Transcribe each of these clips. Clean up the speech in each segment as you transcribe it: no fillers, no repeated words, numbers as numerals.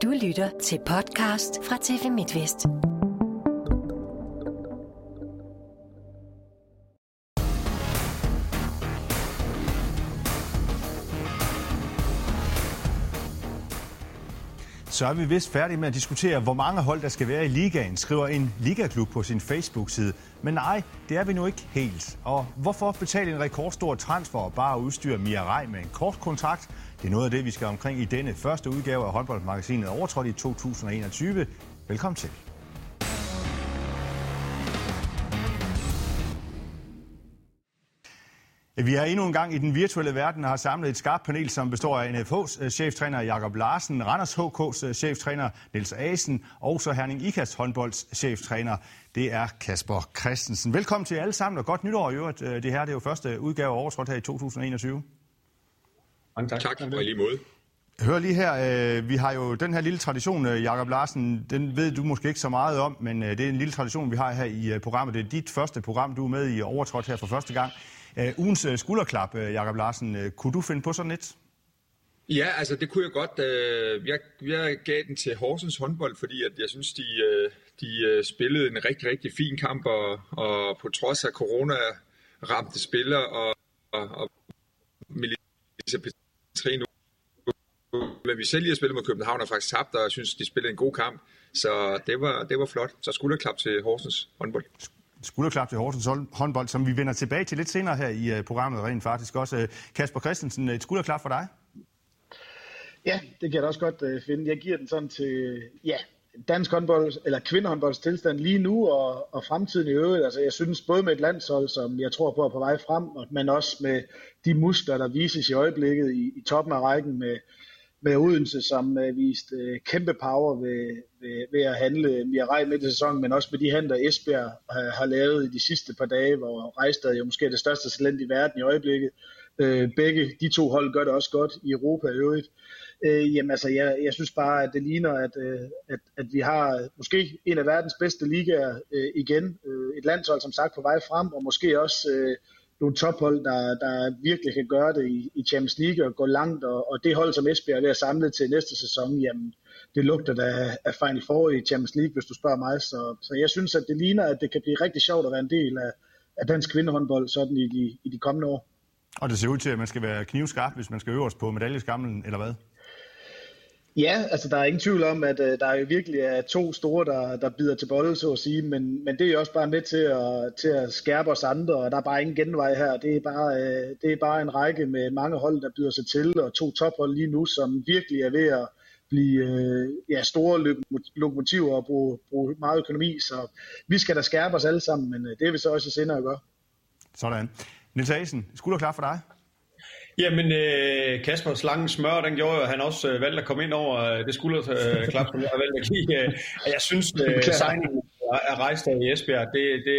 Du lytter til podcast fra TV MidtVest. Så er vi vist færdige med at diskutere, hvor mange hold der skal være i ligaen, skriver en ligaklub på sin Facebook-side. Men nej, det er vi nu ikke helt. Og hvorfor betale en rekordstor transfer og bare udstyre Mia Rej med en kort kontrakt? Det er noget af det, vi skal omkring i denne første udgave af håndboldmagasinet Overtrådt i 2021. Velkommen til. Vi er endnu en gang i den virtuelle verden og har samlet et skarpt panel, som består af NFH's cheftræner Jakob Larsen, Randers HK's cheftræner Niels Asen og så Herning IKAs håndbolds cheftræner. Det er Kasper Christensen. Velkommen til alle sammen og godt nytår i øvrigt. Det her det er jo første udgave af Overtrådt her i 2021. Mange tak. Tak for i lige måde. Hør lige her, vi har jo den her lille tradition, Jakob Larsen, den ved du måske ikke så meget om, men det er en lille tradition, vi har her i programmet. Det er dit første program, du er med i Overtrådt her for første gang. Ugens skulderklap, Jakob Larsen, kunne du finde på sådan et? Ja, altså det kunne jeg godt. Jeg gav den til Horsens håndbold, fordi at jeg synes, de spillede en rigtig, rigtig fin kamp, og på trods af corona-ramte spillere og Melissa Petrino, men vi selv lige har spillet mod København og faktisk tabt, og jeg synes, de spillede en god kamp. Så det var flot. Så skulderklap til Horsens håndbold. Skulderklap til Horsens håndbold, som vi vender tilbage til lidt senere her i programmet rent faktisk også. Kasper Christensen, et skulderklap for dig? Ja, det kan jeg da også godt finde. Jeg giver den sådan til dansk håndbold, eller kvindehåndbolds tilstand lige nu og fremtiden i øvrigt. Altså jeg synes både med et landshold, som jeg tror på er på vej frem, men også med de muskler, der vises i øjeblikket i toppen af rækken med Odense, som viste kæmpe power ved at handle Mia Rej midt i sæsonen, men også med de handler Esbjerg har lavet i de sidste par dage, hvor Rejstad jo måske er det største talent i verden i øjeblikket. Begge de to hold gør det også godt i Europa i øvrigt. Jamen altså, jeg synes bare, at det ligner, at vi har måske en af verdens bedste ligaer igen. Et landshold, som sagt, på vej frem, og måske også nogle tophold, der virkelig kan gøre det i Champions League og gå langt, og det hold, som Esbjerg er ved at samle til næste sæson, jamen, det lugter da af Final Four i Champions League, hvis du spørger mig. Så jeg synes, at det ligner, at det kan blive rigtig sjovt at være en del af dansk kvindehåndbold sådan i de kommende år. Og det ser ud til, at man skal være knivskarp, hvis man skal øve os på medaljeskamlen, eller hvad? Ja, altså der er ingen tvivl om, at der jo virkelig er to store, der bider til bolle, så at sige, men det er jo også bare med til at skærpe os andre, og der er bare ingen genvej her. Det er bare en række med mange hold, der byder sig til, og to tophold lige nu, som virkelig er ved at blive store lokomotiver og bruge meget økonomi, så vi skal da skærpe os alle sammen, men det er vi så også i sinde at gøre. Sådan. Niels Asen, skulderklap for dig? Jamen, Kaspers lange smør, den gjorde jo, at han også valgte at komme ind over det skulderklap, som jeg har valgt at give. Jeg synes, signingen af Rejstad i Esbjerg,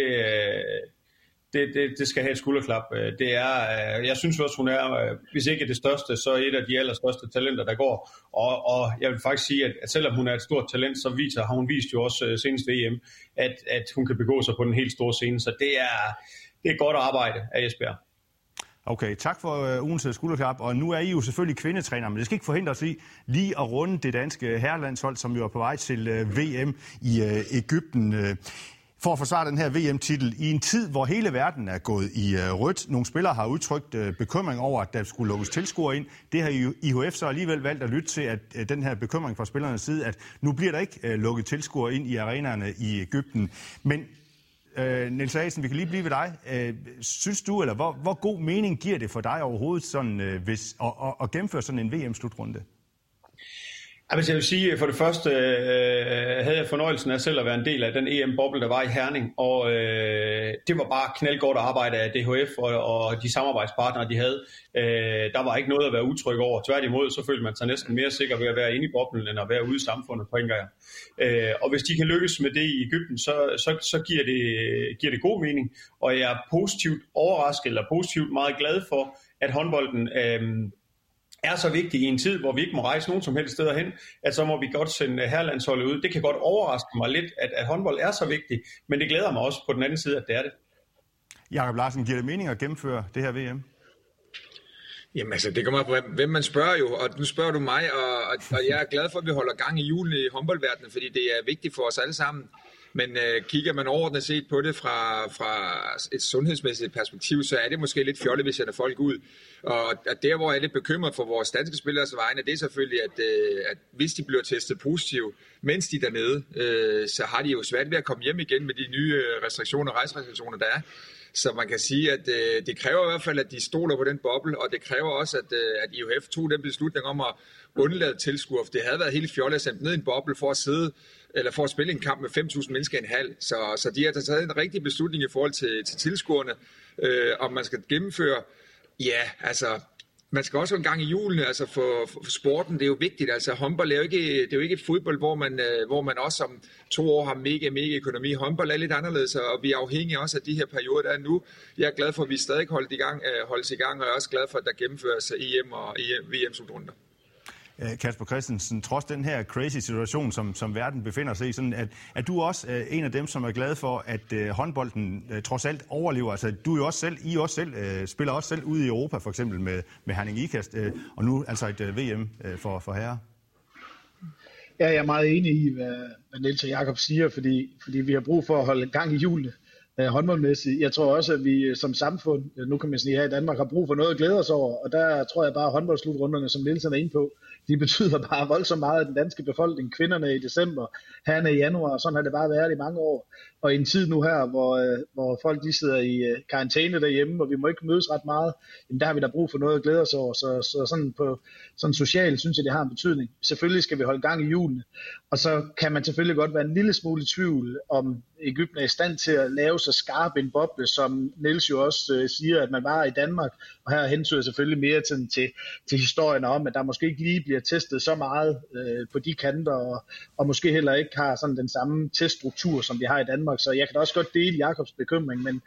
det skal have et skulderklap. Jeg synes også, hun er, hvis ikke det største, så et af de allerstørste talenter, der går. Og jeg vil faktisk sige, at selvom hun er et stort talent, så har hun vist jo også senest ved EM, at hun kan begå sig på den helt store scene. Så det er godt arbejde af Esbjerg. Okay, tak for ugens skulderklap, og nu er I jo selvfølgelig kvindetræner, men det skal ikke forhindre os i lige at runde det danske herrelandshold, som jo er på vej til VM i Egypten. For at forsvare den her VM-titel i en tid, hvor hele verden er gået i rødt. Nogle spillere har udtrykt bekymring over, at der skulle lukkes tilskuere ind. Det har IHF så alligevel valgt at lytte til, at den her bekymring fra spillernes side, at nu bliver der ikke lukket tilskuere ind i arenaerne i Egypten. Men Niels Asen, vi kan lige blive ved dig. Synes du, eller hvor god mening giver det for dig overhovedet sådan, at gennemføre sådan en VM-slutrunde? Jeg vil sige, for det første havde jeg fornøjelsen af selv at være en del af den EM-boble, der var i Herning, og det var bare knaldgodt arbejde af DHF og de samarbejdspartnere, de havde. Der var ikke noget at være utryg over. Tværtimod, så følte man sig næsten mere sikker ved at være inde i boblen, end at være ude i samfundet på en gang. Og hvis de kan lykkes med det i Egypten, så giver det god mening, og jeg er positivt overrasket, eller positivt meget glad for, at håndbolden er så vigtig i en tid, hvor vi ikke må rejse nogen som helst steder hen, at så må vi godt sende herrelandsholdet ud. Det kan godt overraske mig lidt, at håndbold er så vigtig, men det glæder mig også på den anden side, at det er det. Jakob Larsen, giver det mening at gennemføre det her VM? Jamen altså, det kommer på, hvem man spørger jo, og nu spørger du mig, og jeg er glad for, at vi holder gang i julen i håndboldverdenen, fordi det er vigtigt for os alle sammen. Men kigger man overordnet set på det fra et sundhedsmæssigt perspektiv, så er det måske lidt fjollet, hvis jeg sender folk ud. Og der, hvor jeg er lidt bekymret for vores danske spillers vegne, det er selvfølgelig, at hvis de bliver testet positivt, mens de er dernede, så har de jo svært ved at komme hjem igen med de nye rejserestriktioner, der er. Så man kan sige, at det kræver i hvert fald, at de stoler på den boble, og det kræver også, at IOF tog den beslutning om at undlade tilskuere. Det havde været helt fjollet at sende ned i en boble for at sidde, eller for at spille en kamp med 5.000 mennesker i en halv. Så de har taget en rigtig beslutning i forhold til tilskuerne, om man skal gennemføre. Ja, altså, man skal også en gang i julen, altså for sporten, det er jo vigtigt. Altså håndbold det er jo ikke fodbold, hvor man også om 2 år har mega økonomi. Håndbold er lidt anderledes, og vi er afhængige også af de her perioder, der er nu. Jeg er glad for, at vi stadig holdes i gang, og jeg er også glad for, at der gennemføres EM og VM-slutrunder. Kasper Christensen, trods den her crazy situation, som verden befinder sig i, sådan at du også en af dem, som er glad for, at håndbolden trods alt overlever. Altså, I spiller også selv ude i Europa, for eksempel med Herning Ikast, og nu altså et VM for herrer. Ja, jeg er meget enig i, hvad Niels og Jakob siger, fordi vi har brug for at holde gang i hjulene håndboldmæssigt. Jeg tror også, at vi som samfund, nu kan man sige her i Danmark, har brug for noget at glæde os over, og der tror jeg bare, at håndboldslutrunderne, som Niels er inde på, de betyder bare voldsomt meget af den danske befolkning. Kvinderne i december, herrerne i januar, og sådan har det bare været i mange år. Og i en tid nu her, hvor folk de sidder i karantæne derhjemme, og vi må ikke mødes ret meget, jamen der har vi da brug for noget at glæde os over. Så sådan på sådan socialt synes jeg, det har en betydning. Selvfølgelig skal vi holde gang i hjulene, og så kan man selvfølgelig godt være en lille smule i tvivl, om Egypten er i stand til at lave så skarp en boble, som Niels jo også siger, at man var i Danmark. Og her hentyder selvfølgelig mere til historien om, at der måske ikke lige bliver testet så meget på de kanter, og måske heller ikke har sådan den samme teststruktur, som vi har i Danmark. Så jeg kan da også godt dele Jakobs bekymring, men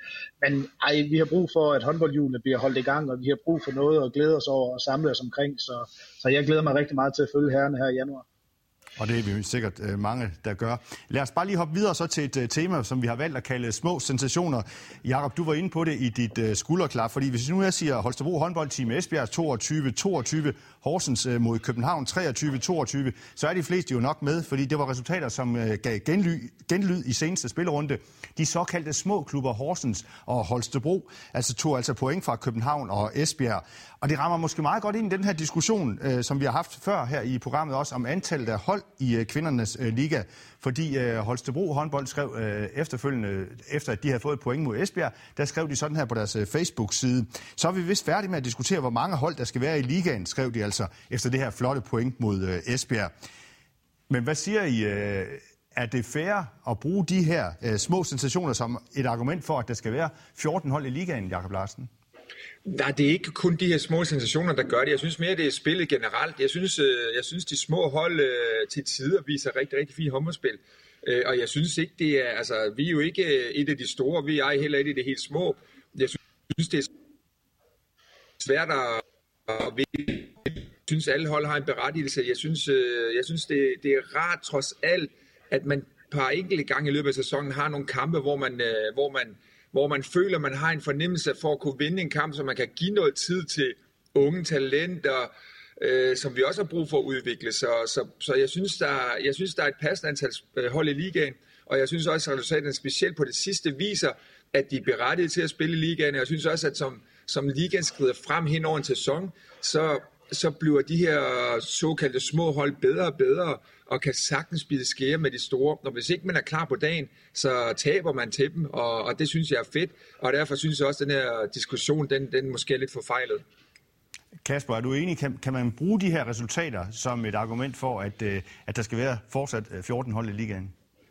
vi har brug for, at håndboldhjulene bliver holdt i gang, og vi har brug for noget at glæde os over og samle os omkring. Så jeg glæder mig rigtig meget til at følge herrerne her i januar. Og det er vi sikkert mange, der gør. Lad os bare lige hoppe videre så til et tema, som vi har valgt at kalde små sensationer. Jakob, du var inde på det i dit skulderklap, fordi hvis nu jeg siger Holstebro håndboldteam Esbjerg 22-22, Horsens mod København 23-22, så er de fleste jo nok med, fordi det var resultater, som gav genlyd i seneste spillerunde. De såkaldte små klubber Horsens og Holstebro tog point fra København og Esbjerg. Og det rammer måske meget godt ind i den her diskussion, som vi har haft før her i programmet også, om antallet af hold i kvindernes liga. Fordi Holstebro håndbold skrev efterfølgende, efter at de havde fået et point mod Esbjerg, der skrev de sådan her på deres Facebook-side. Så er vi vist færdige med at diskutere, hvor mange hold der skal være i ligaen, skrev de altså efter det her flotte point mod Esbjerg. Men hvad siger I? Er det fair at bruge de her små sensationer som et argument for, at der skal være 14 hold i ligaen, Jakob Larsen? Nej, det er ikke kun de her små sensationer, der gør det. Jeg synes mere, det er spillet generelt. Jeg synes de små hold til tider viser rigtig, rigtig fint håndboldspil. Og jeg synes ikke, det er... Altså, vi er jo ikke et af de store. Vi er heller et af de helt små. Jeg synes, det er svært at vinde. Jeg synes, alle hold har en berettigelse. Jeg synes det er rart trods alt, at man par enkelte gange i løbet af sæsonen har nogle kampe, hvor man føler, man har en fornemmelse for at kunne vinde en kamp, så man kan give noget tid til unge talenter, som vi også har brug for at udvikle. Så jeg synes, der er et passende antal hold i ligaen, og jeg synes også, at resultaterne specielt på det sidste viser, at de er berettiget til at spille i ligaen. Jeg synes også, at som ligaen skrider frem hen over en sæson, så bliver de her såkaldte små hold bedre og bedre, og kan sagtens blive skære med de store. Og hvis ikke man er klar på dagen, så taber man til dem, og det synes jeg er fedt. Og derfor synes jeg også, at den her diskussion, den måske er lidt forfejlet. Kasper, er du enig? Kan man bruge de her resultater som et argument for, at der skal være fortsat 14 hold i ligaen?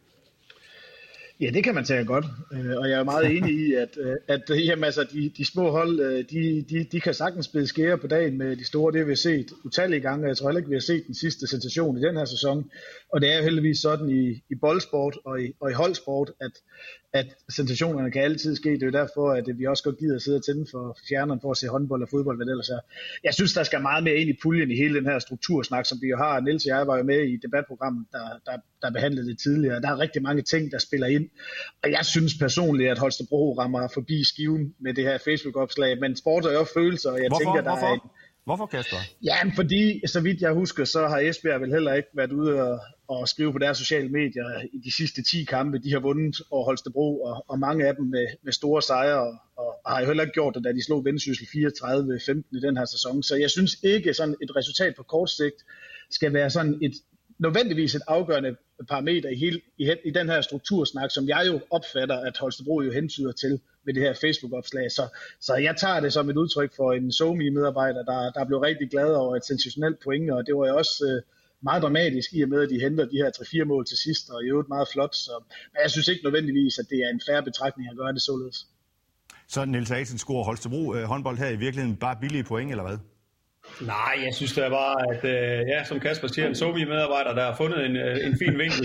Ja, det kan man sige godt, og jeg er meget enig i, at jamen, altså, de små hold, de kan sagtens blive skære på dagen med de store. Det har vi set utallige gange, jeg tror heller ikke, vi har set den sidste sensation i den her sæson. Og det er jo heldigvis sådan i boldsport og i holdsport, at sensationerne kan altid ske. Det er jo derfor, at vi også godt gider at sidde og tænde for fjerneren for at se håndbold og fodbold, hvad det ellers er. Jeg synes, der skal meget mere ind i puljen i hele den her struktursnak, som vi jo har. Niels og jeg var jo med i debatprogrammet, der behandlede det tidligere. Der er rigtig mange ting, der spiller ind. Og jeg synes personligt, at Holstebro rammer forbi skiven med det her Facebook-opslag. Men sport er jo følelser, og jeg tænker, der er Hvorfor, Kasper? Ja, fordi, så vidt jeg husker, så har Esbjerg vel heller ikke været ude og skrive på deres sociale medier i de sidste 10 kampe. De har vundet over Holstebro, og mange af dem med store sejre, og har jo heller ikke gjort det, da de slog Vendsyssel 34-15 i den her sæson. Så jeg synes ikke, sådan et resultat på kort sigt skal være sådan nødvendigvis et afgørende parameter i den her struktursnak, som jeg jo opfatter, at Holstebro jo hentyder til med det her Facebook-opslag. Så jeg tager det som et udtryk for en SoMe-medarbejder, der blev rigtig glad over et sensationelt point, og det var jo også meget dramatisk i og med, at de henter de her 3-4 mål til sidst, og i øvrigt meget flot. Men jeg synes ikke nødvendigvis, at det er en fair betragtning at gøre det således. Så Niels Asen scorer Holstebro håndbold her i virkeligheden bare billige point, eller hvad? Nej, jeg synes det er bare, at som Kasper siger, en SoMe-medarbejder, der har fundet en fin vinkel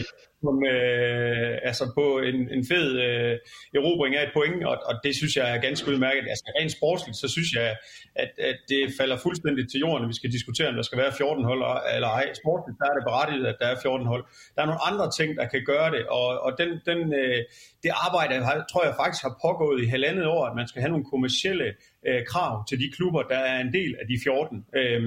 på en fed erobring af et point, og det synes jeg er ganske udmærket. Altså rent sportsligt, så synes jeg, at det falder fuldstændig til jorden, når vi skal diskutere, om der skal være 14 hold eller ej. Sportsligt, der er det berettiget, at der er 14 hold. Der er nogle andre ting, der kan gøre det, og det arbejde, tror jeg faktisk har pågået i 1,5 år, at man skal have nogle kommercielle krav til de klubber, der er en del af de 14.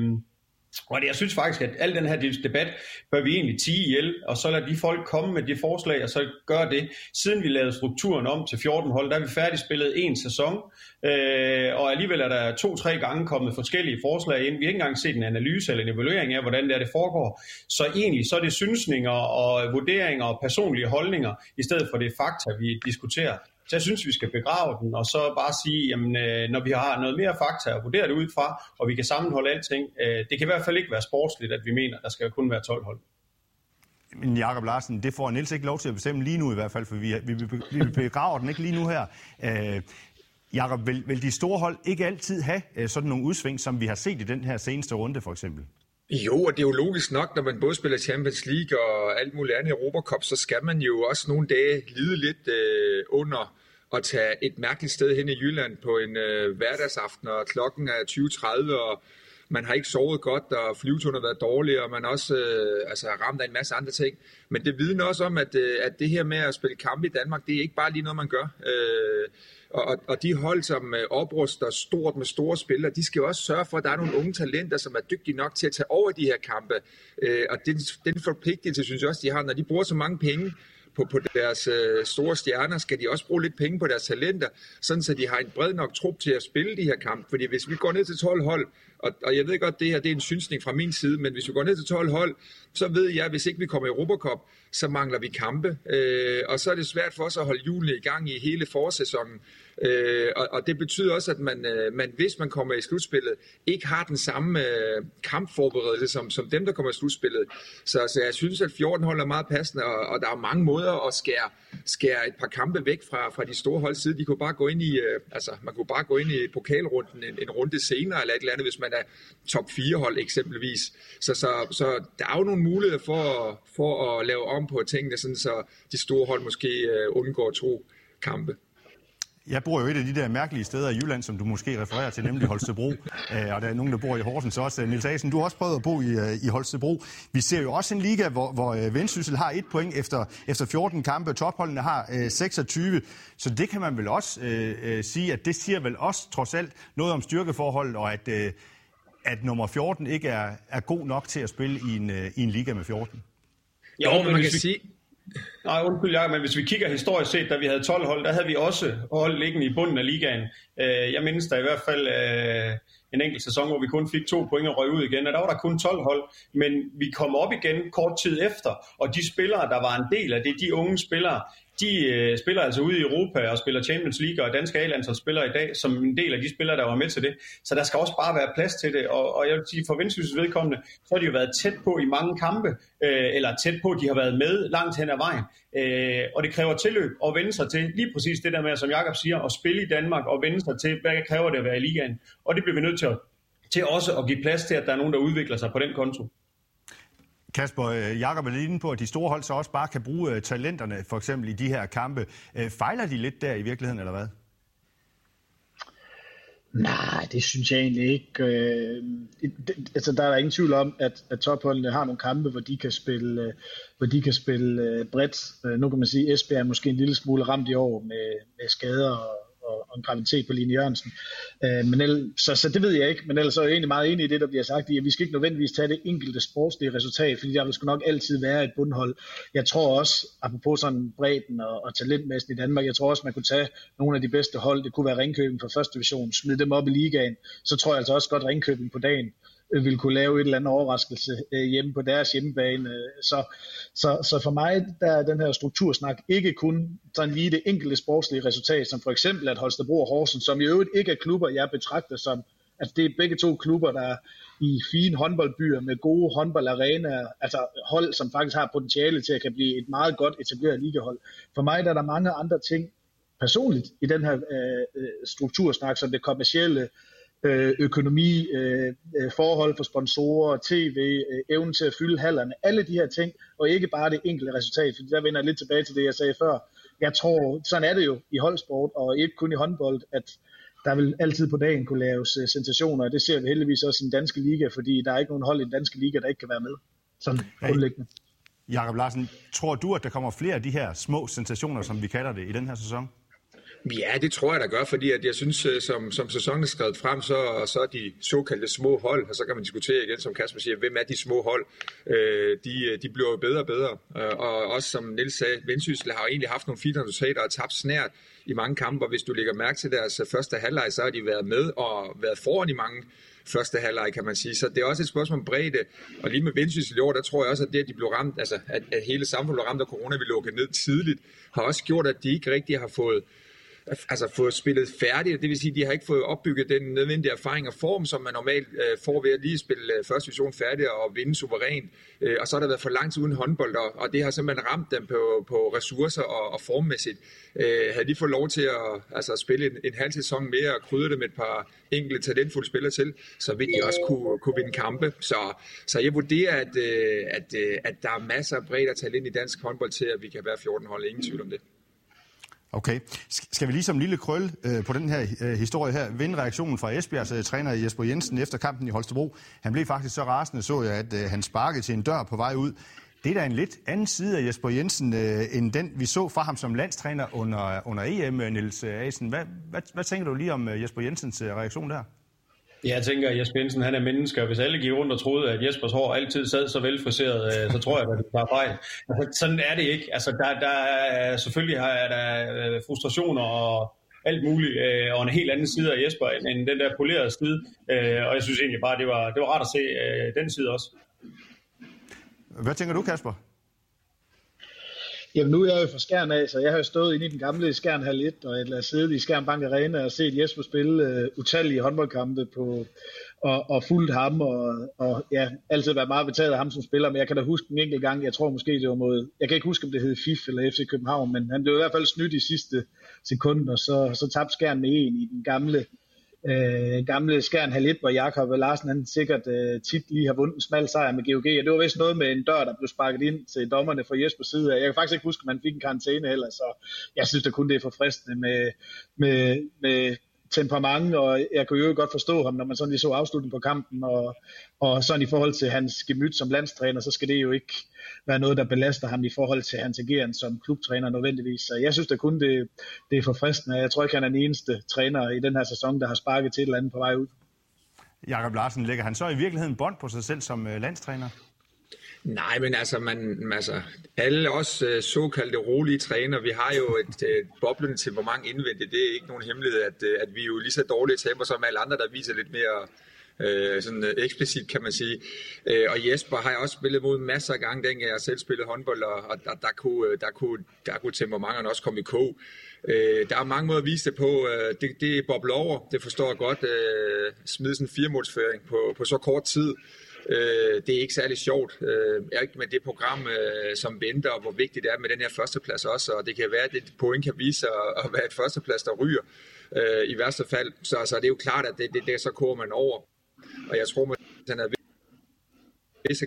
Og jeg synes faktisk, at al den her debat bør vi egentlig tie ihjel, og så lade de folk komme med de forslag, og så gøre det. Siden vi lavede strukturen om til 14 hold, der er vi færdigspillet 1 sæson, og alligevel er der 2-3 gange kommet forskellige forslag ind. Vi har ikke engang set en analyse eller en evaluering af, hvordan det foregår. Så egentlig så er det synsninger og vurderinger og personlige holdninger, i stedet for det fakta, vi diskuterer. Så jeg synes, vi skal begrave den, og så bare sige, jamen, når vi har noget mere fakta at vurdere det ud fra, og vi kan sammenholde alting, det kan i hvert fald ikke være sportsligt, at vi mener, at der skal kun være 12 hold. Men Jakob Larsen, det får Niels ikke lov til at bestemme lige nu i hvert fald, for vi begraver den ikke lige nu her. Jakob, vil de store hold ikke altid have sådan nogle udsving, som vi har set i den her seneste runde for eksempel? Jo, og det er jo logisk nok, når man både spiller Champions League og alt muligt andet i Europa Cup, så skal man jo også nogle dage lide lidt under at tage et mærkeligt sted hen i Jylland på en hverdagsaften, og klokken er 20:30, og man har ikke sovet godt, og flyveturen har været dårlig, og man også ramt af en masse andre ting. Men det vidner også om, at det her med at spille kampe i Danmark, det er ikke bare lige noget, man gør. Og de hold, som opruster stort med store spillere, de skal jo også sørge for, at der er nogle unge talenter, som er dygtige nok til at tage over de her kampe. Og den forpligtelse, synes jeg også, de har, når de bruger så mange penge på deres store stjerner, skal de også bruge lidt penge på deres talenter, sådan så de har en bred nok trup til at spille de her kampe. Fordi hvis vi går ned til 12 hold, og jeg ved godt, det her det er en synsning fra min side, men hvis vi går ned til 12 hold, så ved jeg, at hvis ikke vi kommer i Europa Cup, så mangler vi kampe. Og så er det svært for os at holde hjulene i gang i hele forårssæsonen. Og det betyder også, at man, hvis man kommer i slutspillet, ikke har den samme kampforberedelse som dem, der kommer i slutspillet. Så jeg synes, at 14 hold er meget passende, og der er mange måder at skære et par kampe væk fra de store hold side. De kunne bare gå ind i, man kunne bare gå ind i pokalrunden en runde senere, eller et eller andet, hvis man er top 4 hold eksempelvis. Så der er jo nogle muligheder for at lave om på tingene, sådan så de store hold måske undgår 2 kampe. Jeg bor jo et af de der mærkelige steder i Jylland, som du måske refererer til, nemlig Holstebro. Og der er nogen, der bor i Horsens også. Niels Asen, du har også prøvet at bo i Holstebro. Vi ser jo også en liga, hvor Vendsyssel har 1 point efter 14 kampe. Topholdene har 26. Så det kan man vel også sige, at det siger vel også trods alt noget om styrkeforholdet, og at nummer 14 ikke er god nok til at spille i en liga med 14. Jo, men man kan sige... Nej, undskyld, Jacob, men hvis vi kigger historisk set, da vi havde 12 hold, der havde vi også hold liggende i bunden af ligaen. Jeg mindes der i hvert fald en enkelt sæson, hvor vi kun fik 2 point og røg ud igen, og der var der kun 12 hold, men vi kom op igen kort tid efter, og de spillere, der var en del af det, de unge spillere, de spiller altså ude i Europa og spiller Champions League, og danske A-landshold spiller i dag som en del af de spillere, der var med til det. Så der skal også bare være plads til det, og jeg vil sige, for Vendsyssels vedkommende, så har de jo været tæt på i mange kampe, eller tæt på, de har været med langt hen ad vejen. Og det kræver tilløb at vende sig til lige præcis det der med, som Jakob siger, at spille i Danmark og vende sig til, hvad kræver det at være i ligaen. Og det bliver vi nødt til også at give plads til, at der er nogen, der udvikler sig på den konto. Kasper, Jakob er lidt inde på, at de store hold så også bare kan bruge talenterne, for eksempel i de her kampe. Fejler de lidt der i virkeligheden, eller hvad? Nej, det synes jeg egentlig ikke. Der er ingen tvivl om, at topholdene har nogle kampe, hvor de kan spille bredt. Nu kan man sige, at Esbjerg er måske en lille smule ramt i år med skader og en graviditet på Line Jørgensen. Så det ved jeg ikke, men ellers er jeg egentlig meget enig i det, der bliver sagt, at vi skal ikke nødvendigvis tage det enkelte sportslige resultat, fordi der vil sgu nok altid være et bundhold. Jeg tror også, apropos sådan bredden og talentmæssigt i Danmark, jeg tror også, man kunne tage nogle af de bedste hold, det kunne være Ringkøbing fra første division, smide dem op i ligaen, så tror jeg altså også godt, Ringkøbing på dagen vil kunne lave et eller andet overraskelse hjemme på deres hjemmebane. Så for mig der er den her struktursnak ikke kun sådan lige det enkelte sportslige resultat, som for eksempel at Holstebro og Horsens, som i øvrigt ikke er klubber, jeg betragter som, at det er begge to klubber, der er i fine håndboldbyer med gode håndboldarenaer, altså hold, som faktisk har potentiale til at kan blive et meget godt etableret ligahold. For mig der er der mange andre ting personligt i den her struktursnak, som det kommercielle, økonomi, forhold for sponsorer, tv, evnen til at fylde hallerne, alle de her ting, og ikke bare det enkelte resultat, for der vender jeg lidt tilbage til det, jeg sagde før. Jeg tror, sådan er det jo i holdsport, og ikke kun i håndbold, at der vil altid på dagen kunne laves sensationer, og det ser vi heldigvis også i den danske liga, fordi der er ikke nogen hold i den danske liga, der ikke kan være med, sådan grundlæggende. Jakob Larsen, tror du, at der kommer flere af de her små sensationer, som vi kalder det, i den her sæson? Ja, det tror jeg, der gør, fordi at jeg synes, som sæsonen er skrevet frem, så er de såkaldte små hold, og så kan man diskutere igen, som Kasper siger, hvem er de små hold? De bliver jo bedre og bedre, og også som Niels sagde, Vendsyssel har jo egentlig haft nogle fine resultater og tabt snært i mange kampe, og hvis du lægger mærke til deres første halvleg, så har de været med og været foran i mange første halvleg, kan man sige. Så det er også et spørgsmål om bredde, og lige med Vendsyssel i år, der tror jeg også, at det, at de blev ramt, altså at hele samfundet blev ramt af corona, vi lukkede ned tidligt, har også gjort, at de ikke rigtig har fået spillet færdigt. Det vil sige, at de har ikke fået opbygget den nødvendige erfaring og form, som man normalt får ved at lige spille første division færdig og vinde suverænt. Og så har der været for lang tid uden håndbold, og det har simpelthen ramt dem på ressourcer og formmæssigt. Havde de fået lov til at spille en halv sæson mere og krydre det med et par enkelte talentfulde spillere til, så vil de også kunne vinde kampe. Så jeg vurderer, at der er masser af bredde og talent i dansk håndbold til, at vi kan være 14 hold. Ingen tvivl om det. Okay. Skal vi ligesom en lille krølle på den her historie her vinde reaktionen fra Esbjergs træner Jesper Jensen efter kampen i Holstebro? Han blev faktisk så rasende, så jeg, at han sparkede til en dør på vej ud. Det er da en lidt anden side af Jesper Jensen, end den vi så fra ham som landstræner under EM, Niels Asen. Hvad tænker du lige om Jesper Jensens reaktion der? Jeg tænker, at Jesper Jensen han er menneske, og hvis alle gik rundt og troede, at Jespers hår altid sad så velfriseret, så tror jeg, at det var fejl. Altså, sådan er det ikke. Altså, der selvfølgelig er der frustrationer og alt muligt, og en helt anden side af Jesper, end den der polerede side. Og jeg synes egentlig bare, det var rart at se den side også. Hvad tænker du, Kasper? Jamen nu er jeg jo fra Skjern af, så jeg har jo stået inde i den gamle Skjern Hal 1, og jeg har siddet i Skjern Bank Arena og set Jesper spille utallige håndboldkampe og fulgt ham, og ja, altid været meget betaget af ham som spiller, men jeg kan da huske en enkelt gang, jeg tror måske det var mod, jeg kan ikke huske om det hed FIF eller FC København, men han blev i hvert fald snydt i sidste sekund, og så tabte Skjern med 1 i den gamle Skjern Hal 1, hvor Jakob Larsen han sikkert tit lige har vundet en smal sejr med GOG, og det var vist noget med en dør, der blev sparket ind til dommerne fra Jespers side. Jeg kan faktisk ikke huske, at man fik en karantæne heller, så jeg synes da kun det er forfriskende med temperament, og jeg kunne jo godt forstå ham, når man sådan lige så afslutningen på kampen, og sådan i forhold til hans gemyt som landstræner, så skal det jo ikke være noget, der belaster ham i forhold til hans ageren som klubtræner nødvendigvis. Så jeg synes da kun, det er forfriskende. Jeg tror ikke, han er den eneste træner i den her sæson, der har sparket til et eller andet på vej ud. Jakob Larsen, lægger han så i virkeligheden bånd på sig selv som landstræner? Nej, men altså alle os såkaldte rolige træner, vi har jo et boblende temperament indvendigt. Det er ikke nogen hemmelighed, at vi er jo lige så dårlige temper som alle andre, der viser lidt mere sådan eksplicit, kan man sige. Og Jesper har jeg også spillet mod masser af gange, dengang jeg selv spillede håndbold, og der kunne temperamenterne også komme i kog. Der er mange måder at vise det på. Det bobler over, det forstår jeg godt. Smide sådan en 4-målsføring på så kort tid. Det er ikke særlig sjovt, med det program, som venter, og hvor vigtigt det er med den her førsteplads også, og det kan være, at det point kan vise at være et førsteplads, der ryger i værste fald, så det er jo klart, at det så koger man over, og jeg tror, at han er visse,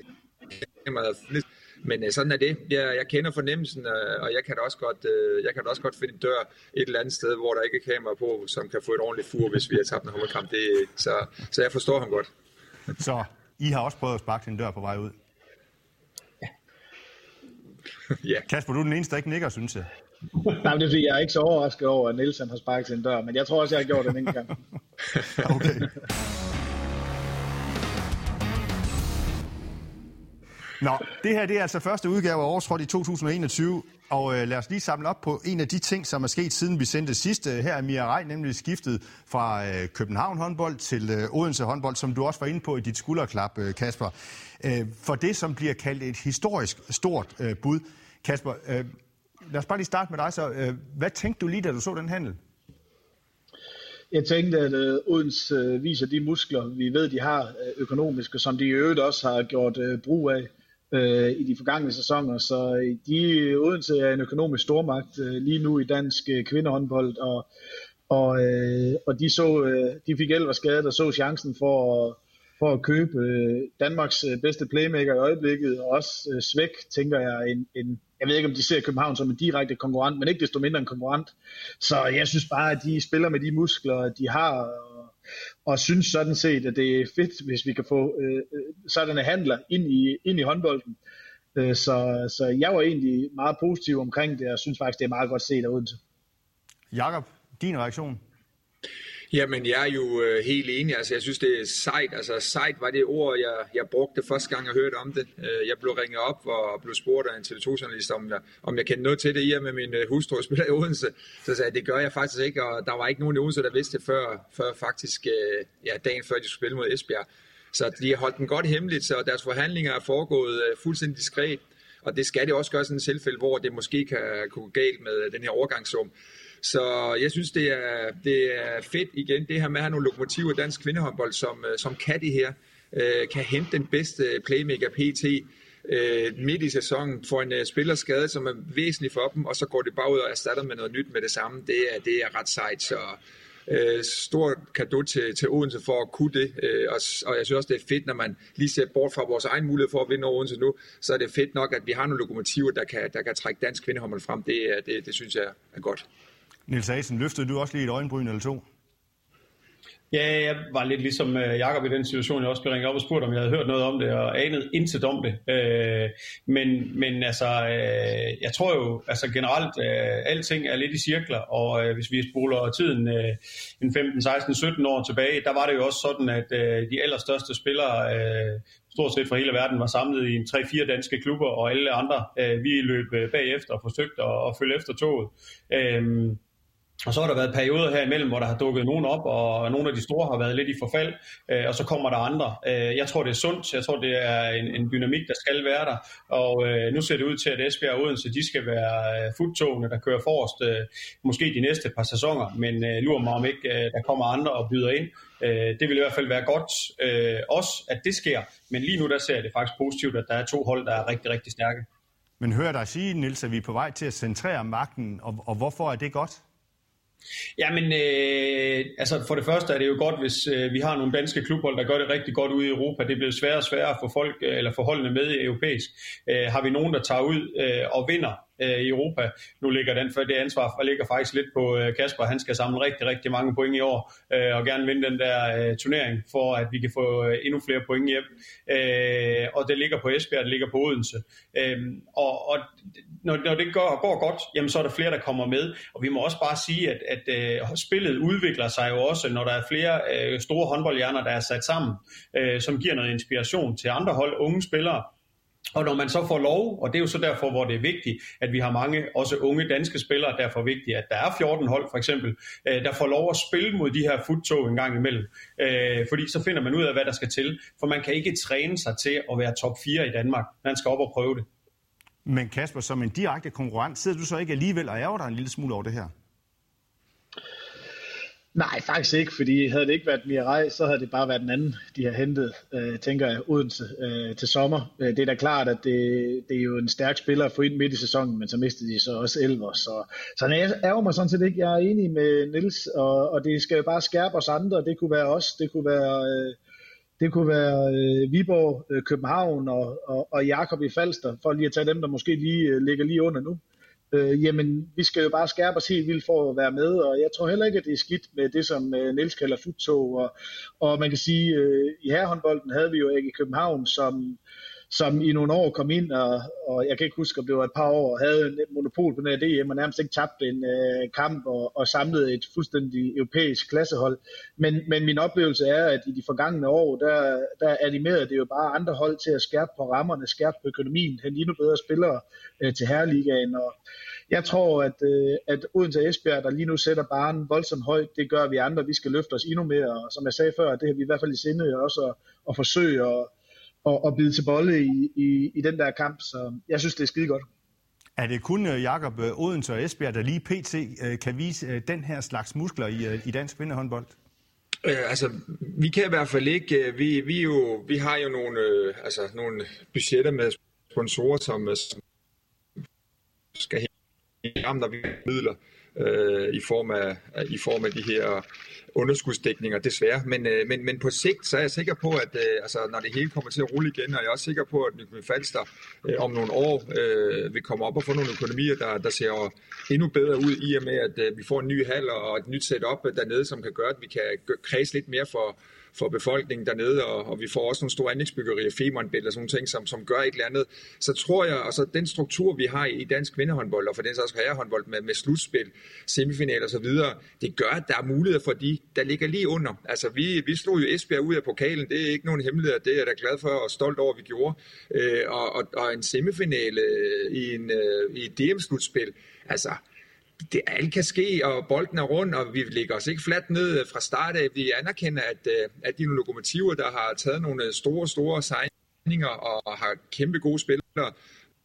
men sådan er det. Jeg kender fornemmelsen, og jeg kan da også godt finde en dør et eller andet sted, hvor der ikke er kamera på, som kan få et ordentligt fur, hvis vi har tabt en håndboldkamp. Så jeg forstår ham godt. Så I har også prøvet at sparke en dør på vej ud? Ja. Kasper, du er den eneste, der ikke nikker, synes jeg. Nej, det er fordi, jeg er ikke så overrasket over, at Nielsen har sparket sin dør, men jeg tror også, jeg har gjort det en gang. Okay. Nå, det her det er altså første udgave af Årstråd i 2021, og lad os lige samle op på en af de ting, som er sket siden vi sendte sidste. Her er Mia Rej nemlig skiftet fra København håndbold til Odense håndbold, som du også var inde på i dit skulderklap, Kasper. For det, som bliver kaldt et historisk stort bud. Kasper, lad os bare lige starte med dig så. Hvad tænkte du lige, da du så den handel? Jeg tænkte, at Odense viser de muskler, vi ved, de har økonomiske, som de i øvrigt også har gjort brug af i de forgangne sæsoner. Så Odense er en økonomisk stormagt lige nu i dansk kvindehåndbold, og de fik Elver skadet og så chancen for at købe Danmarks bedste playmaker i øjeblikket, og også Svæk, tænker jeg, jeg ved ikke, om de ser København som en direkte konkurrent, men ikke desto mindre en konkurrent. Så jeg synes bare, at de spiller med de muskler, de har, og synes sådan set, at det er fedt, hvis vi kan få sådanne handler ind i håndbolden. Så jeg var egentlig meget positiv omkring det, og synes faktisk, det er meget godt set af Odense. Jakob, din reaktion? Jamen, jeg er jo helt enig. Altså, jeg synes, det er sejt. Altså, sejt var det ord, jeg brugte første gang, jeg hørte om det. Jeg blev ringet op og blev spurgt af en TV2-journalist, om jeg kendte noget til det. I og med min hustru spiller i Odense. Så sagde jeg, det gør jeg faktisk ikke, og der var ikke nogen i Odense, der vidste det før faktisk dagen før, de skulle spille mod Esbjerg. Så de har holdt den godt hemmeligt, så deres forhandlinger er foregået fuldstændig diskret. Og det skal det også gøre sådan et tilfælde, hvor det måske kan gå galt med den her overgangssum. Så jeg synes, det er fedt igen, det her med at have nogle lokomotiver i dansk kvindehåndbold, som kan det her, kan hente den bedste playmaker PT midt i sæsonen, får en spillerskade, som er væsentlig for dem, og så går det bare ud og erstatter med noget nyt med det samme. Det er ret sejt, så stor cadeau til Odense for at kunne det, og jeg synes også, det er fedt, når man lige ser bort fra vores egen mulighed for at vinde over Odense nu, så er det fedt nok, at vi har nogle lokomotiver, der kan trække dansk kvindehåndbold frem. Det synes jeg er godt. Niels Asen, løftede du også lige et øjenbryn eller to? Ja, jeg var lidt ligesom Jakob i den situation, jeg også blev ringet op og spurgt, om jeg havde hørt noget om det, og anede intet om det. Men altså, jeg tror jo, altså generelt, alting er lidt i cirkler, og hvis vi spoler tiden en 15, 16, 17 år tilbage, der var det jo også sådan, at de allerstørste spillere, stort set fra hele verden, var samlet i 3-4 danske klubber, og alle andre, vi løb bagefter og forsøgte at følge efter toget. Og så har der været perioder her imellem, hvor der har dukket nogen op, og nogle af de store har været lidt i forfald, og så kommer der andre. Jeg tror, det er sundt. Jeg tror, det er en dynamik, der skal være der. Og nu ser det ud til, at Esbjerg og Odense, de skal være futtogene, der kører forrest, måske de næste par sæsoner. Men lurer mig om ikke, der kommer andre og byder ind. Det vil i hvert fald være godt også, at det sker. Men lige nu, der ser jeg det faktisk positivt, at der er to hold, der er rigtig, rigtig stærke. Men hører dig sige, Niels, at vi er på vej til at centrere magten, og hvorfor er det godt? Jamen, altså for det første er det jo godt, hvis vi har nogle danske klubhold, der gør det rigtig godt ude i Europa. Det bliver sværere og sværere for folk eller for holdene med i europæisk. Har vi nogen, der tager ud og vinder i Europa. Nu ligger det ansvar ligger faktisk lidt på Kasper. Han skal samle rigtig, rigtig mange point i år og gerne vinde den der turnering, for at vi kan få endnu flere point hjem. Og det ligger på Esbjerg, det ligger på Odense. Og når det går godt, jamen, så er der flere, der kommer med. Og vi må også bare sige, at spillet udvikler sig jo også, når der er flere store håndboldhjerner, der er sat sammen, som giver noget inspiration til andre hold, unge spillere. Og når man så får lov, og det er jo så derfor, hvor det er vigtigt, at vi har mange, også unge danske spillere, derfor er vigtigt, at der er 14 hold for eksempel, der får lov at spille mod de her futtog en gang imellem. Fordi så finder man ud af, hvad der skal til. For man kan ikke træne sig til at være top 4 i Danmark. Man skal op og prøve det. Men Kasper, som en direkte konkurrent, sidder du så ikke alligevel og ærger dig en lille smule over det her? Nej, faktisk ikke, fordi havde det ikke været Mia Rej, så havde det bare været den anden, de har hentet, tænker jeg, Odense til sommer. Det er da klart, at det er jo en stærk spiller at få ind midt i sæsonen, men så mistede de så også Elver. Så jeg ærger mig sådan set ikke. Jeg er enig med Niels, og det skal jo bare skærpe os andre. Det kunne være os, det kunne være Viborg, København og Jakob i Falster, for lige at tage dem, der måske ligger lige under nu. Jamen, vi skal jo bare skærpe os helt vildt for at være med, og jeg tror heller ikke, at det er skidt med det, som Niels kalder futtog, og man kan sige, i herrehåndbolden havde vi jo ikke i København, som i nogle år kom ind, og jeg kan ikke huske, om det var et par år, havde en monopol på den her DM, og nærmest ikke tabte en kamp, og samlede et fuldstændig europæisk klassehold. Men min oplevelse er, at i de forgangne år, der animerede det jo bare andre hold til at skærpe på rammerne, skærpe på økonomien, hente endnu bedre spillere til herreligaen, og jeg tror, at Odense og Esbjerg, der lige nu sætter barren voldsomt højt, det gør vi andre. Vi skal løfte os endnu mere, og som jeg sagde før, det har vi i hvert fald i sinde også at forsøge at bide til bolle i den der kamp. Så jeg synes, det er skide godt. Er det kun Jakob Odense og Esbjerg, der lige pt. Kan vise den her slags muskler i dansk kvindehåndbold? Altså, vi kan i hvert fald ikke. Vi har jo nogle budgetter med sponsorer, som skal have når vi midler i form af de her underskudsdækninger, desværre. Men på sigt, så er jeg sikker på, at når det hele kommer til at rulle igen, og jeg er også sikker på, at Nykøbing Falster om nogle år vil komme op og få nogle økonomier, der ser endnu bedre ud, i og med, at vi får en ny hal og et nyt setup dernede, som kan gøre, at vi kan kredse lidt mere for befolkningen dernede, og vi får også nogle store anlægsbyggerier, Femernbælt og sådan nogle ting, som gør et eller andet. Så tror jeg, altså den struktur, vi har i dansk kvindehåndbold, og for den så også herrehåndbold med slutspil, semifinaler og så videre, det gør, at der er muligheder for de, der ligger lige under. Altså vi slog jo Esbjerg ud af pokalen, det er ikke nogen hemmelighed, det er jeg da glad for og stolt over, vi gjorde. Og en semifinale i et DM-slutspil, altså alt kan ske, og bolden er rundt, og vi ligger os ikke fladt ned fra start af. Vi anerkender, at de lokomotiver, der har taget nogle store sejninger og har kæmpe gode spillere,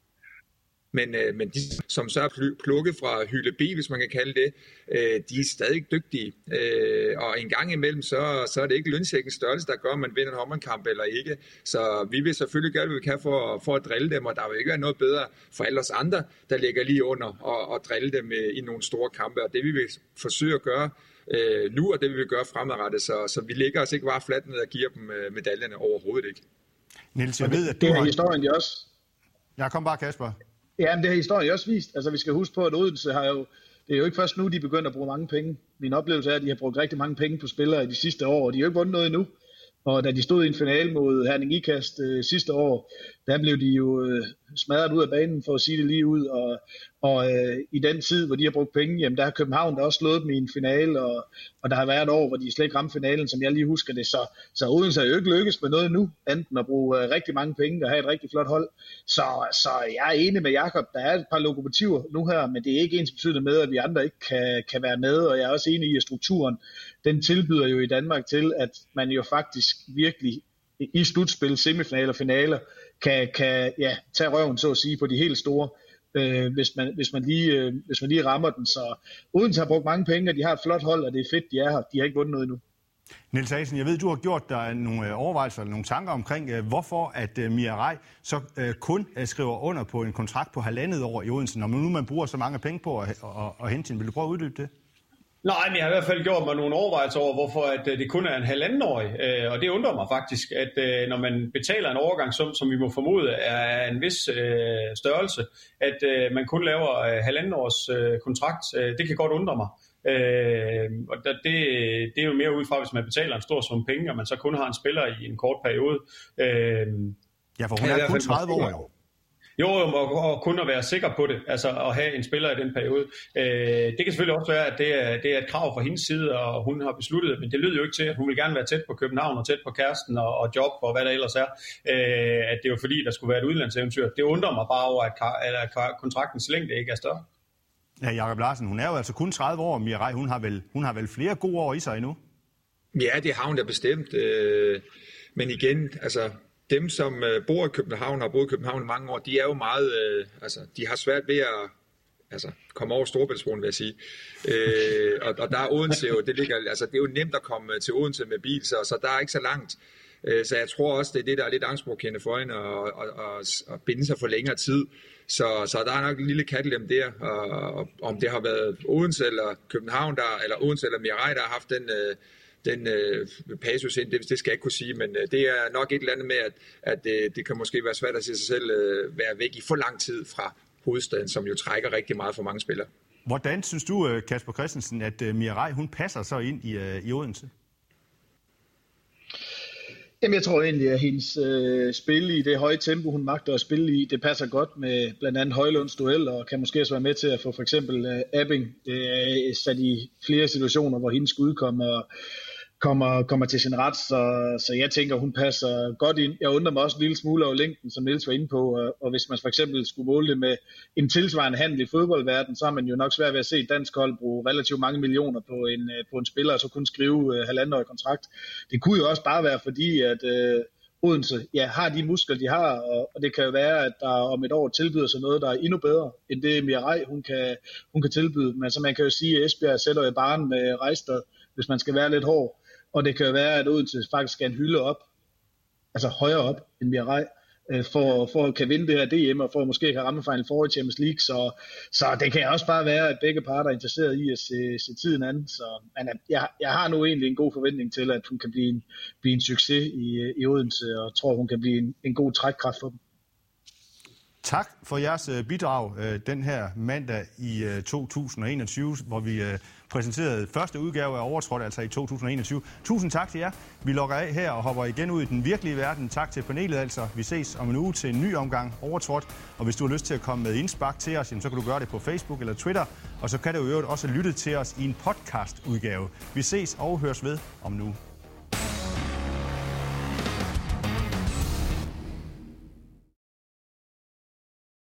men de, som så er plukket fra hylde B, hvis man kan kalde det, de er stadig dygtige. Og en gang imellem, så er det ikke lønsækkens størrelse, der gør, om man vinder en håndboldkamp eller ikke. Så vi vil selvfølgelig gøre, hvad vi kan for at drille dem, og der vil ikke være noget bedre for alle os andre, der ligger lige under og drille dem i nogle store kampe. Og det vi vil forsøge at gøre nu, og det vil vi gøre fremadrettet. Så vi ligger os ikke bare fladt ned og giver dem medaljerne overhovedet ikke. Niels, jeg ved, at det har historien jo også. Ja, kom bare, Kasper. Ja, men det har historien også vist. Altså, vi skal huske på, at Odense det er jo ikke først nu, de begynder at bruge mange penge. Min oplevelse er, at de har brugt rigtig mange penge på spillere i de sidste år, og de har jo ikke vundet noget endnu. Og da de stod i en finale mod Herning Ikast sidste år, der blev de jo smadret ud af banen, for at sige det lige ud. Og i den tid, hvor de har brugt penge, jamen der har København der også slået dem i en finale, og der har været et år, hvor de slet ikke ramte finalen, som jeg lige husker det. Så Odense har jo ikke lykkes med noget nu, enten at bruge rigtig mange penge og have et rigtig flot hold. Så jeg er enig med Jakob, der er et par lokomotiver nu her, men det er ikke ensbetydende med, at vi andre ikke kan være med, og jeg er også enig i, at strukturen, den tilbyder jo i Danmark til, at man jo faktisk virkelig i slutspil, semifinaler og finaler, kan tage røven, så at sige, på de helt store, hvis man lige rammer den. Så Odense har brugt mange penge, og de har et flot hold, og det er fedt, de er her. De har ikke vundet noget endnu. Niels Asen, jeg ved, du har gjort dig nogle overvejelser eller nogle tanker omkring, hvorfor at Mia Rej så kun skriver under på en kontrakt på 1,5 år i Odense, når nu man bruger så mange penge på at hente hende. Vil du prøve at uddybe det? Nej, men jeg har i hvert fald gjort mig nogle overvejelser over, hvorfor at det kun er en 1,5-årig. Og det undrer mig faktisk, at når man betaler en overgangssum, som vi må formode er en vis størrelse, at man kun laver 1,5 års kontrakt. Det kan godt undre mig. Og det er jo mere ud fra, hvis man betaler en stor sum penge, og man så kun har en spiller i en kort periode. Ja, for hun er kun 30 år jo. Jo, og kun at være sikker på det, altså at have en spiller i den periode. Det kan selvfølgelig også være, at det er et krav fra hendes side, og hun har besluttet det, men det lyder jo ikke til, at hun vil gerne være tæt på København og tæt på kæresten og job og hvad der ellers er. At det er jo fordi, der skulle være et udlandseventyr. Det undrer mig bare over, at kontraktens længde ikke er større. Ja, Jakob Larsen, hun er jo altså kun 30 år, Mia Rej, hun har vel flere gode år i sig endnu? Ja, det har hun da bestemt. Men igen, altså dem, som bor i København, har boet i København i mange år, de er jo meget, de har svært ved at komme over Storebæltsbroen, vil jeg sige. Og der er Odense jo, det er jo nemt at komme til Odense med bil, så der er ikke så langt. Så jeg tror også, det er det, der er lidt angstprovokerende for hende, at binde sig for længere tid. Så der er nok en lille kattelem der, og om det har været Odense eller København, eller Odense eller Mia Rej, der har haft den passus ind, det skal jeg ikke kunne sige, men det er nok et eller andet med, at det kan måske være svært at se sig selv være væk i for lang tid fra hovedstaden, som jo trækker rigtig meget for mange spillere. Hvordan synes du, Kasper Christensen, at Mia Rej, hun passer så ind i Odense? Jamen, jeg tror egentlig, at hendes spil i det høje tempo, hun magter at spille i, det passer godt med blandt andet Højlunds duel, og kan måske også være med til at få for eksempel Abbing sat i flere situationer, hvor hendes skud kommer til sin ret, så jeg tænker, hun passer godt ind. Jeg undrer mig også en lille smule over længden, som Niels var inde på, og hvis man for eksempel skulle måle det med en tilsvarende handel i fodboldverdenen, så har man jo nok svært ved at se et dansk hold bruge relativt mange millioner på en spiller, og så kun skrive halvandenårig kontrakt. Det kunne jo også bare være fordi, at Odense har de muskler, de har, og det kan jo være, at der om et år tilbyder sig noget, der er endnu bedre, end det Mirai, hun kan tilbyde. Men så man kan jo sige, at Esbjerg sætter jo barren med Reistad, hvis man skal være lidt hård. Og det kan jo være, at Odense faktisk skal en hylde op, altså højere op end Mirai, for at kan vinde det her DM, og for at måske kan ramme Final Four i Champions League. Så det kan også bare være, at begge parter er interesseret i at se tiden an. Så jeg har nu egentlig en god forventning til, at hun kan blive en succes i Odense, og tror, hun kan blive en god trækkraft for dem. Tak for jeres bidrag den her mandag i 2021, hvor vi præsenterede første udgave af Overtrådt, altså i 2021. Tusind tak til jer. Vi logger af her og hopper igen ud i den virkelige verden. Tak til panelet altså. Vi ses om en uge til en ny omgang Overtrådt. Og hvis du har lyst til at komme med indspark til os, så kan du gøre det på Facebook eller Twitter. Og så kan du jo også lytte til os i en podcast-udgave. Vi ses og høres ved om nu.